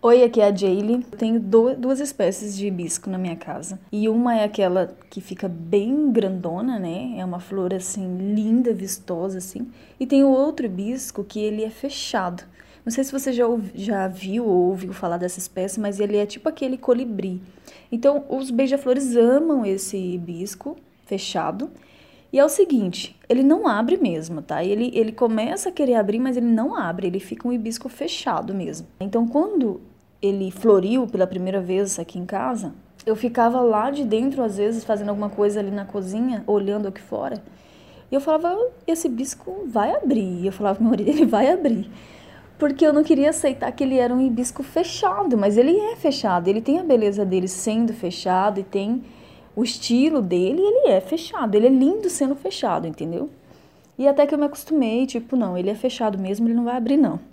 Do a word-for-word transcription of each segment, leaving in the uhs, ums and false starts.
Oi, aqui é a Jaylee. Eu tenho do- duas espécies de hibisco na minha casa. E uma é aquela que fica bem grandona, né? É uma flor assim linda, vistosa assim. E tem o outro hibisco que ele é fechado. Não sei se você já, ouvi- já viu ou ouviu falar dessa espécie, mas ele é tipo aquele colibri. Então, os beija-flores amam esse hibisco fechado. E é o seguinte, ele não abre mesmo, tá? Ele, ele começa a querer abrir, mas ele não abre, ele fica um hibisco fechado mesmo. Então, quando ele floriu pela primeira vez aqui em casa, eu ficava lá de dentro, às vezes, fazendo alguma coisa ali na cozinha, olhando aqui fora, e eu falava, esse hibisco vai abrir. E eu falava pro meu marido, ele vai abrir. Porque eu não queria aceitar que ele era um hibisco fechado, mas ele é fechado, ele tem a beleza dele sendo fechado e tem o estilo dele, ele é fechado, ele é lindo sendo fechado, entendeu? E até que eu me acostumei, tipo, não, ele é fechado mesmo, ele não vai abrir não.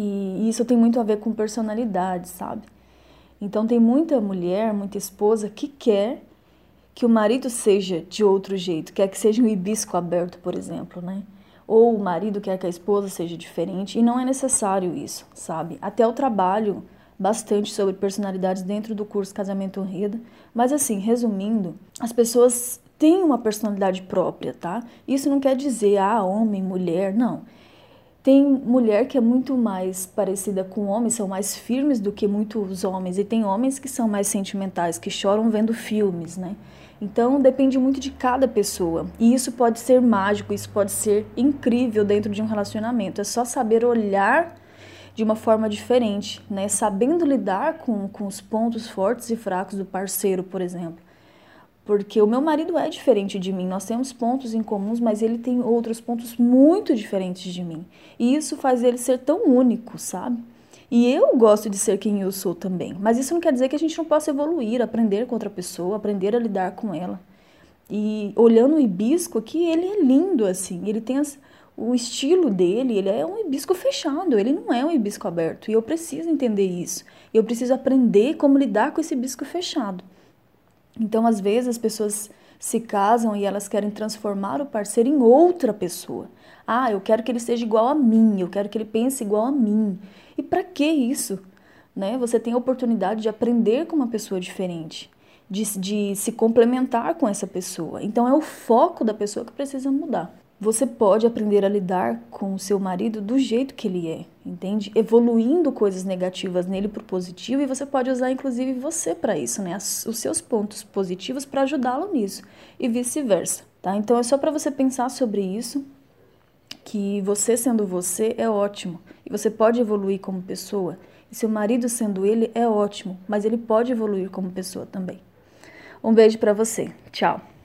E isso tem muito a ver com personalidade, sabe? Então tem muita mulher, muita esposa que quer que o marido seja de outro jeito, quer que seja um hibisco aberto, por exemplo, né? Ou o marido quer que a esposa seja diferente, e não é necessário isso, sabe? Até eu trabalho bastante sobre personalidades dentro do curso Casamento Honreda, mas assim, resumindo, as pessoas têm uma personalidade própria, tá? Isso não quer dizer, ah, homem, mulher, não. Tem mulher que é muito mais parecida com homens, são mais firmes do que muitos homens. E tem homens que são mais sentimentais, que choram vendo filmes, né? Então depende muito de cada pessoa. E isso pode ser mágico, isso pode ser incrível dentro de um relacionamento. É só saber olhar de uma forma diferente, né? Sabendo lidar com, com os pontos fortes e fracos do parceiro, por exemplo. Porque o meu marido é diferente de mim, nós temos pontos em comuns, mas ele tem outros pontos muito diferentes de mim. E isso faz ele ser tão único, sabe? E eu gosto de ser quem eu sou também. Mas isso não quer dizer que a gente não possa evoluir, aprender com outra pessoa, aprender a lidar com ela. E olhando o hibisco aqui, ele é lindo assim, ele tem as, o estilo dele, ele é um hibisco fechado, ele não é um hibisco aberto. E eu preciso entender isso. Eu preciso aprender como lidar com esse hibisco fechado. Então, às vezes, as pessoas se casam e elas querem transformar o parceiro em outra pessoa. Ah, eu quero que ele seja igual a mim, eu quero que ele pense igual a mim. E para que isso? Né? Você tem a oportunidade de aprender com uma pessoa diferente, de, de se complementar com essa pessoa. Então, é o foco da pessoa que precisa mudar. Você pode aprender a lidar com o seu marido do jeito que ele é, entende? Evoluindo coisas negativas nele para o positivo, e você pode usar inclusive você para isso, né? Os seus pontos positivos para ajudá-lo nisso e vice-versa, tá? Então é só para você pensar sobre isso, que você sendo você é ótimo e você pode evoluir como pessoa. E seu marido sendo ele é ótimo, mas ele pode evoluir como pessoa também. Um beijo para você. Tchau.